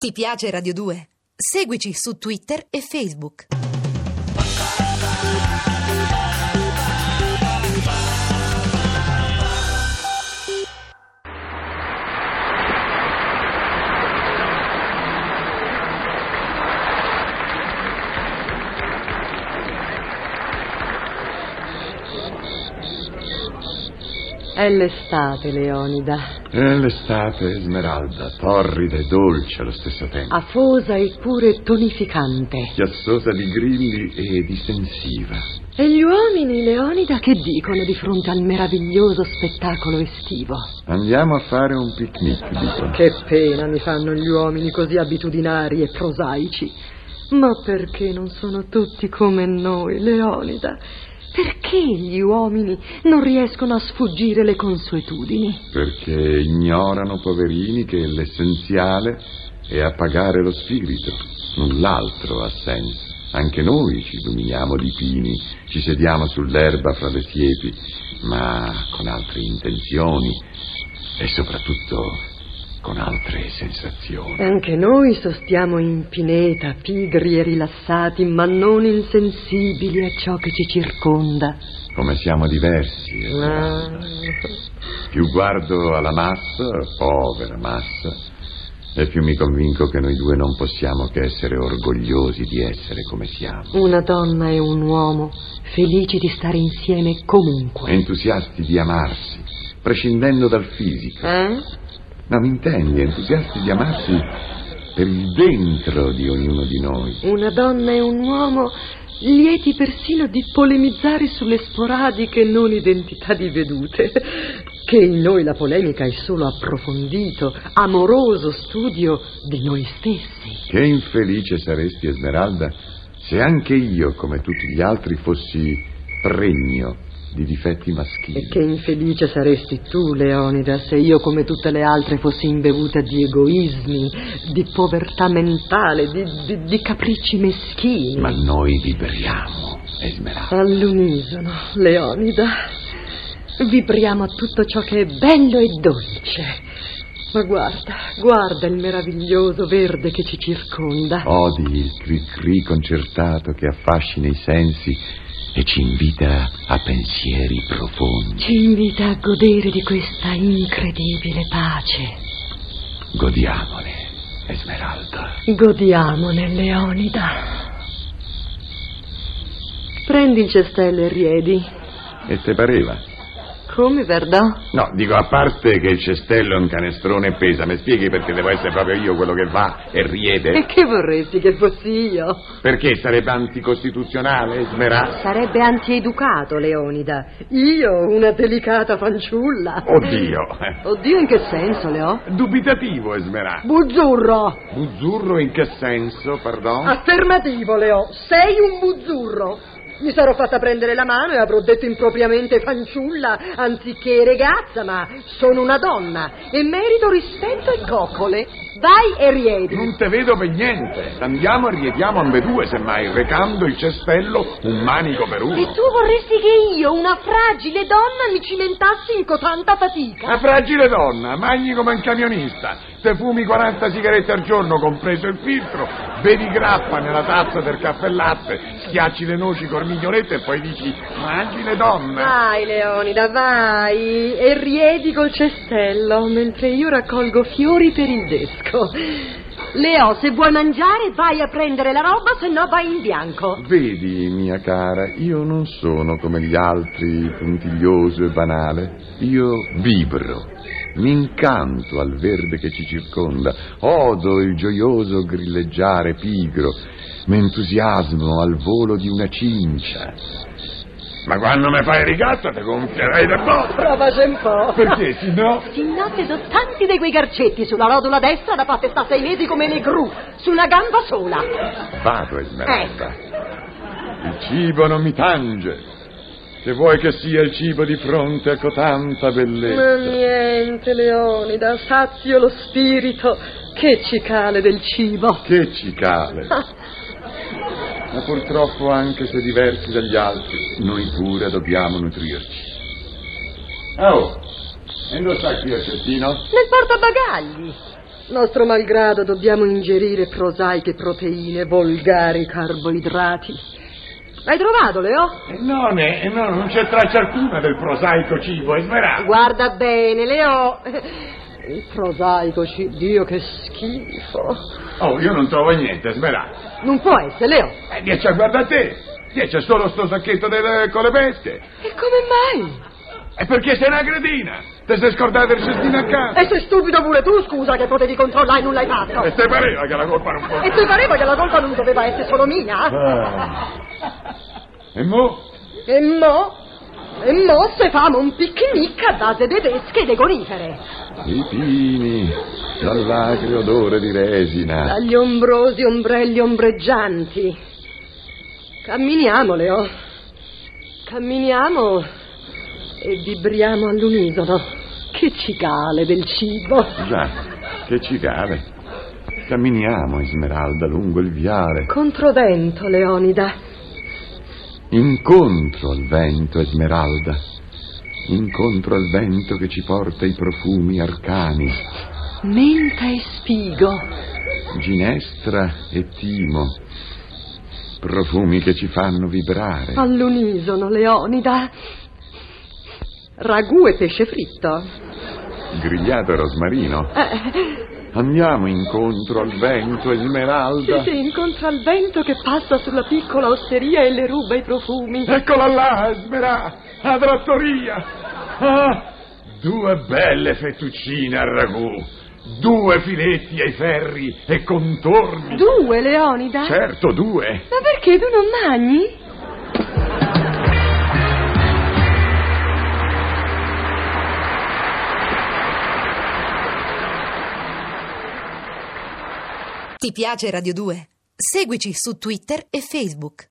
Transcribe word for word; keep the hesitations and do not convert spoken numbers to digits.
Ti piace Radio due? Seguici su Twitter e Facebook. È l'estate, Leonida. È l'estate, Esmeralda, torrida e dolce allo stesso tempo. Afosa eppure tonificante. Chiassosa di grilli e difensiva. E gli uomini, Leonida, che dicono di fronte al meraviglioso spettacolo estivo? Andiamo a fare un picnic, dicono. Che pena mi fanno gli uomini così abitudinari e prosaici. Ma perché non sono tutti come noi, Leonida? Perché gli uomini non riescono a sfuggire le consuetudini? Perché ignorano, poverini, che l'essenziale è appagare lo spirito. Null'altro ha senso. Anche noi ci illuminiamo di pini, ci sediamo sull'erba fra le siepi, ma con altre intenzioni e soprattutto con altre sensazioni. Anche noi sostiamo in pineta, pigri e rilassati, ma non insensibili a ciò che ci circonda. Come siamo diversi. Ah. Più guardo alla massa, povera massa, e più mi convinco che noi due non possiamo che essere orgogliosi di essere come siamo. Una donna e un uomo, felici di stare insieme comunque. Entusiasti di amarsi, prescindendo dal fisico. Eh? No, mi intendi, entusiasti di amarsi per il dentro di ognuno di noi. Una donna e un uomo lieti persino di polemizzare sulle sporadiche non identità di vedute, che in noi la polemica è solo approfondito, amoroso studio di noi stessi. Che infelice saresti, Esmeralda, se anche io, come tutti gli altri, fossi pregno di difetti maschili. E che infelice saresti tu, Leonida, se io come tutte le altre fossi imbevuta di egoismi, di povertà mentale, di, di, di capricci meschini. Ma noi vibriamo, Esmeralda. All'unisono, Leonida, vibriamo a tutto ciò che è bello e dolce. Ma guarda, guarda il meraviglioso verde che ci circonda. Odi il cri-cri concertato che affascina i sensi e ci invita a pensieri profondi. Ci invita a godere di questa incredibile pace. Godiamone, Esmeralda. Godiamone, Leonida. Prendi il cestello e riedi. E te pareva? Come, Verdà? No, dico, a parte che il cestello è un canestrone pesa, mi spieghi perché devo essere proprio io quello che va e riede? E che vorresti che fossi io? Perché sarebbe anticostituzionale, Esmeralda? Sarebbe antieducato, Leonida. Io, una delicata fanciulla. Oddio. Oddio in che senso, Leo? Dubitativo, Esmeralda. Buzzurro. Buzzurro in che senso, pardon? Affermativo, Leo. Sei un buzzurro. Mi sarò fatta prendere la mano e avrò detto impropriamente fanciulla anziché ragazza, ma sono una donna e merito rispetto e coccole. Vai e riedi. Non te vedo per niente. Andiamo e riediamo ambedue, semmai, recando il cestello un manico per uno. E tu vorresti che io, una fragile donna, mi cimentassi in cotanta fatica? Una fragile donna, magni come un camionista. Te fumi quaranta sigarette al giorno, compreso il filtro, bevi grappa nella tazza del caffè latte, schiacci le noci col mignolette e poi dici fragile donna. Vai, Leonida, vai e riedi col cestello mentre io raccolgo fiori per il desco. Leo, se vuoi mangiare vai a prendere la roba, se no vai in bianco. Vedi, mia cara, io non sono come gli altri, puntiglioso e banale. Io vibro, mi incanto al verde che ci circonda, odo il gioioso grilleggiare pigro, mi entusiasmo al volo di una cincia. Ma quando mi fai ricatto te gonfierai da bocca. Provaci un po'. Perché, se no? Si notte do tanti di quei garcetti sulla rodola destra da parte sta sei mesi come le gru, su una gamba sola. Vado, Esmeralda. Il cibo non mi tange. Che vuoi che sia il cibo di fronte a cotanta bellezza? Ma niente, Leonida, sazio lo spirito. Che cicale del cibo. Che cicale. Ma purtroppo, anche se diversi dagli altri, noi pure dobbiamo nutrirci. Oh, e dove sta qui il cestino? Nel portabagagli. Nostro malgrado dobbiamo ingerire prosaiche proteine, volgari carboidrati. L'hai trovato, Leo? Eh, no, ne, no, non c'è traccia alcuna del prosaico cibo, Esmeralda. Guarda bene, Leo. Il prosaico cibo, Dio che schifo. Oh, io non trovo niente, Esmeralda. Non può essere, Leo. Eh, dieci a guarda te. Dieci c'è solo sto sacchetto delle, con le bestie. E come mai? E perché sei una cretina? Ti sei scordato il cestino a casa? E sei stupido pure tu, scusa, che potevi controllare e non l'hai fatto. E te pareva che la colpa non fosse... E ti pareva che la colpa non doveva essere solo mia? Ah. E mo? E mo? E mo se famo un picnic a base di pesche e di conifere. I pini, dall'acre odore di resina. Dagli ombrosi ombrelli ombreggianti. Camminiamo, Leo. Camminiamo e vibriamo all'unisono. Che cicale del cibo. Già, che cicale. Camminiamo, Esmeralda, lungo il viale. Controvento, Leonida. Incontro al vento, Esmeralda. Incontro al vento che ci porta i profumi arcani. Menta e spigo. Ginestra e timo. Profumi che ci fanno vibrare. All'unisono, Leonida. Ragù e pesce fritto. Grigliato e rosmarino. Eh. Andiamo incontro al vento, Esmeralda. Sì, sì, incontro al vento che passa sulla piccola osteria e le ruba i profumi. Eccola là, Esmeralda, la trattoria. Ah, due belle fettuccine al ragù, due filetti ai ferri e contorni. Due, Leonida? Certo, due. Ma perché tu non mangi? Ti piace Radio due? Seguici su Twitter e Facebook.